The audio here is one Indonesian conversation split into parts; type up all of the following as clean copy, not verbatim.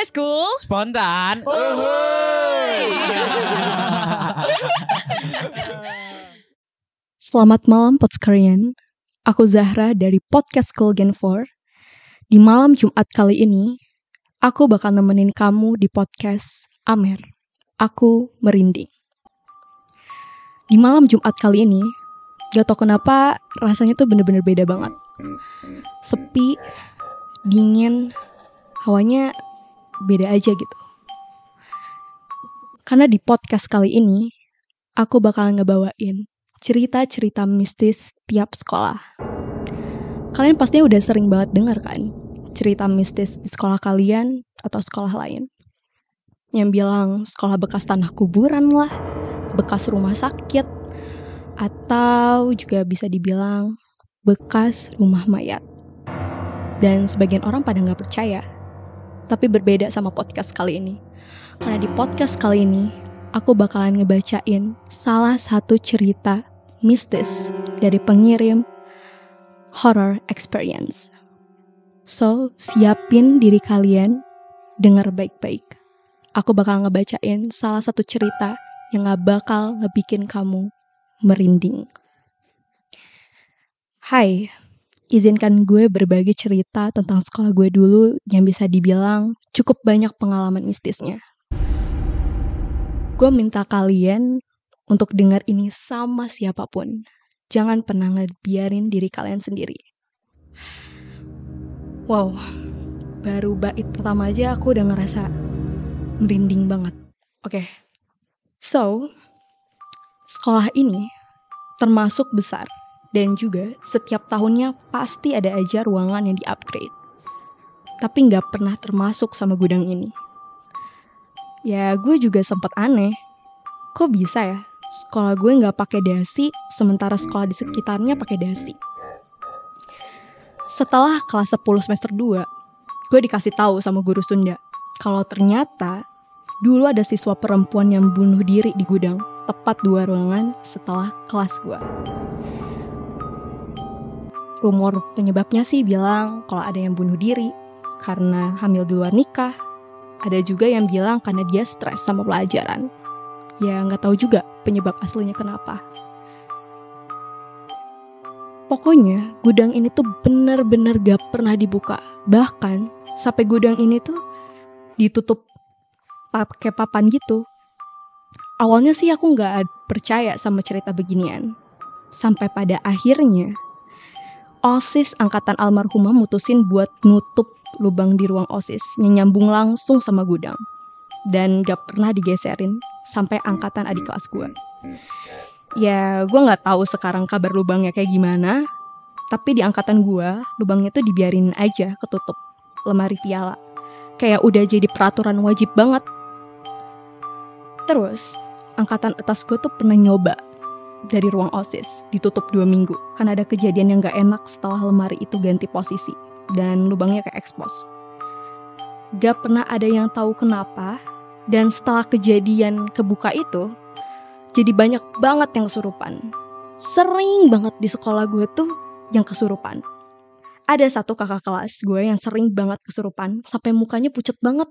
Podcast School Spontan. Selamat malam Podskarian. Aku Zahra dari Podcast School Gen 4. Di malam Jumat kali ini, aku bakal nemenin kamu di podcast Amer. Aku merinding. Di malam Jumat kali ini, gak tau kenapa rasanya tuh bener-bener beda banget. Sepi, dingin, hawanya beda aja gitu. Karena di podcast kali ini, aku bakal ngebawain cerita-cerita mistis tiap sekolah. Kalian pastinya udah sering banget dengar kan cerita mistis di sekolah kalian atau sekolah lain. Yang bilang sekolah bekas tanah kuburan lah, bekas rumah sakit, atau juga bisa dibilang bekas rumah mayat. Dan sebagian orang pada gak percaya. Tapi berbeda sama podcast kali ini. Karena di podcast kali ini, aku bakalan ngebacain salah satu cerita mistis dari pengirim Horror Experience. So, siapin diri kalian, denger baik-baik. Aku bakal ngebacain salah satu cerita yang gak bakal ngebikin kamu merinding. Hai, izinkan gue berbagi cerita tentang sekolah gue dulu yang bisa dibilang cukup banyak pengalaman mistisnya. Gue minta kalian untuk dengar ini sama siapapun. Jangan pernah ngebiarin diri kalian sendiri. Wow, baru bait pertama aja aku udah ngerasa merinding banget. Oke. So, sekolah ini termasuk besar. Dan juga setiap tahunnya pasti ada aja ruangan yang di-upgrade. Tapi gak pernah termasuk sama gudang ini. Ya gue juga sempat aneh. Kok bisa ya sekolah gue gak pakai dasi, sementara sekolah di sekitarnya pakai dasi. Setelah kelas 10 semester 2, gue dikasih tahu sama guru Sunda kalau ternyata dulu ada siswa perempuan yang bunuh diri di gudang, tepat 2 ruangan setelah kelas gue. Rumor penyebabnya sih bilang kalau ada yang bunuh diri karena hamil di luar nikah. Ada juga yang bilang karena dia stres sama pelajaran. Ya nggak tahu juga penyebab aslinya kenapa. Pokoknya gudang ini tuh bener-bener gak pernah dibuka. Bahkan sampai gudang ini tuh ditutup pakai papan gitu. Awalnya sih aku gak percaya sama cerita beginian. Sampai pada akhirnya OSIS angkatan almarhumah mutusin buat nutup lubang di ruang OSIS yang nyambung langsung sama gudang. Dan gak pernah digeserin sampai angkatan adik kelas gue. Ya gue gak tahu sekarang kabar lubangnya kayak gimana. Tapi di angkatan gue, lubangnya tuh dibiarin aja ketutup lemari piala. Kayak udah jadi peraturan wajib banget. Terus, angkatan atas gue tuh pernah nyoba dari ruang OSIS, ditutup 2 minggu. Karena ada kejadian yang gak enak setelah lemari itu ganti posisi. Dan lubangnya kayak expose. Gak pernah ada yang tahu kenapa. Dan setelah kejadian kebuka itu, jadi banyak banget yang kesurupan. Sering banget di sekolah gue tuh yang kesurupan. Ada satu kakak kelas gue yang sering banget kesurupan, sampai mukanya pucet banget.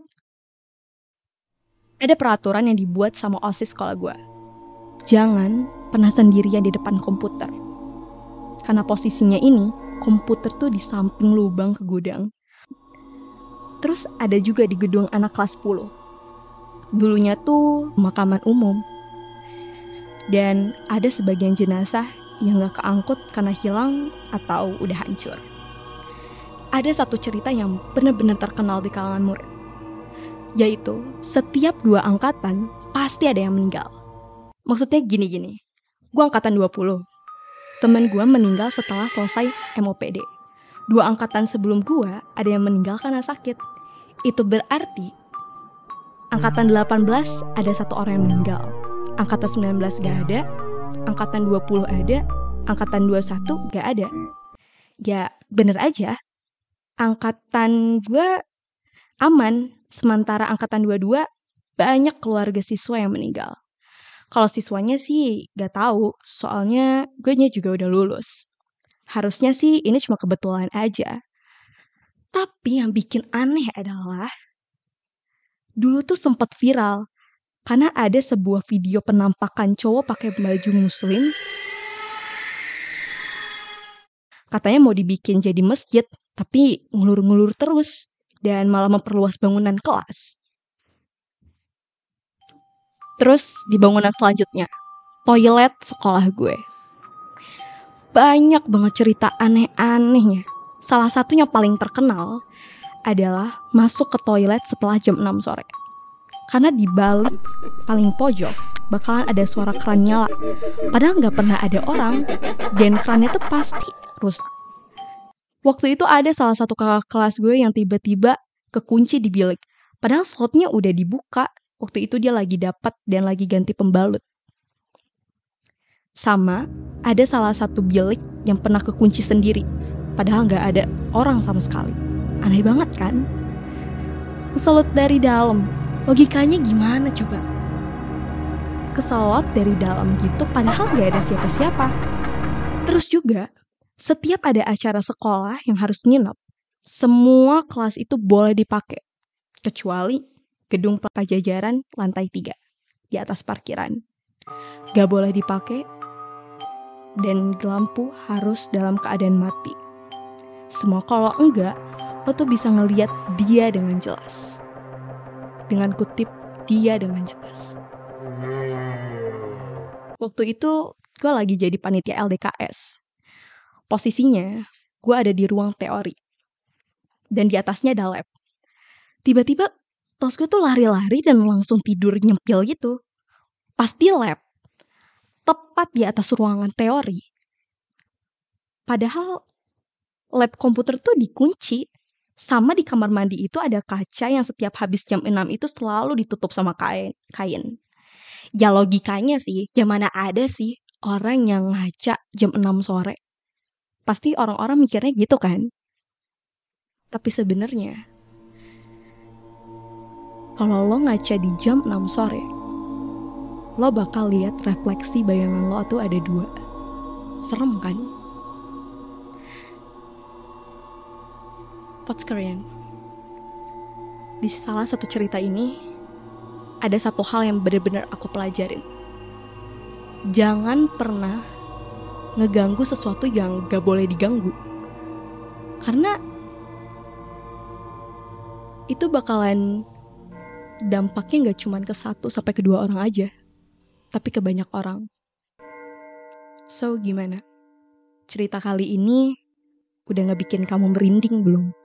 Ada peraturan yang dibuat sama OSIS sekolah gue. Jangan pernah sendirian di depan komputer. Karena posisinya ini, komputer tuh di samping lubang ke gudang. Terus ada juga di gedung anak kelas 10. Dulunya tuh pemakaman umum. Dan ada sebagian jenazah yang gak keangkut karena hilang atau udah hancur. Ada satu cerita yang benar-benar terkenal di kalangan murid. Yaitu, setiap 2 angkatan pasti ada yang meninggal. Maksudnya gini-gini. Gue angkatan 20. Temen gue meninggal setelah selesai MOPD. 2 angkatan sebelum gue ada yang meninggal karena sakit. Itu berarti angkatan 18 ada 1 orang yang meninggal. Angkatan 19 gak ada. Angkatan 20 ada. Angkatan 21 gak ada. Ya bener aja. Angkatan gue aman. Sementara angkatan 22 banyak keluarga siswa yang meninggal. Kalau siswanya sih gak tahu, soalnya gue juga udah lulus. Harusnya sih ini cuma kebetulan aja. Tapi yang bikin aneh adalah Dulu tuh sempat viral karena ada sebuah video penampakan cowok pakai baju muslim. Katanya mau dibikin jadi masjid, tapi ngulur-ngulur terus dan malah memperluas bangunan kelas. Terus di bangunan selanjutnya, toilet sekolah gue. Banyak banget cerita aneh-anehnya. Salah satunya paling terkenal adalah masuk ke toilet setelah jam 6 sore. Karena di balik paling pojok bakalan ada suara keran nyala. Padahal nggak pernah ada orang dan kerannya tuh pasti rusak. Waktu itu ada salah satu kakak kelas gue yang tiba-tiba kekunci di bilik. Padahal slotnya udah dibuka. Waktu itu dia lagi dapat dan lagi ganti pembalut. Sama, ada salah satu bilik yang pernah kekunci sendiri. Padahal nggak ada orang sama sekali. Aneh banget kan? Keselot dari dalam. Logikanya gimana coba? Keselot dari dalam gitu padahal nggak ada siapa-siapa. Terus juga, setiap ada acara sekolah yang harus nginep, semua kelas itu boleh dipakai. Kecuali gedung Pajajaran lantai 3 di atas parkiran. Gak boleh dipakai dan lampu harus dalam keadaan mati. Semua kalau enggak, lo tuh bisa ngeliat dia dengan jelas. Dengan kutip, dia dengan jelas. Waktu itu gue lagi jadi panitia LDKS. Posisinya gue ada di ruang teori. Dan di atasnya ada lab. Tiba-tiba tos gue tuh lari-lari dan langsung tidur nyempil gitu. Pas di lab, tepat di atas ruangan teori. Padahal lab komputer tuh dikunci. Sama di kamar mandi itu ada kaca yang setiap habis jam 6 itu selalu ditutup sama kain. Ya logikanya sih, ya mana ada sih orang yang ngaca jam 6 sore. Pasti orang-orang mikirnya gitu kan. Tapi sebenarnya kalau lo ngaca di jam 6 sore, lo bakal lihat refleksi bayangan lo tuh ada 2. Serem kan? What's Korean? Di salah satu cerita ini, ada satu hal yang benar-benar aku pelajarin. Jangan pernah ngeganggu sesuatu yang gak boleh diganggu. Karena itu bakalan dampaknya gak cuma ke 1 sampai ke 2 orang aja, tapi ke banyak orang. So, gimana? Cerita kali ini udah gak bikin kamu merinding belum?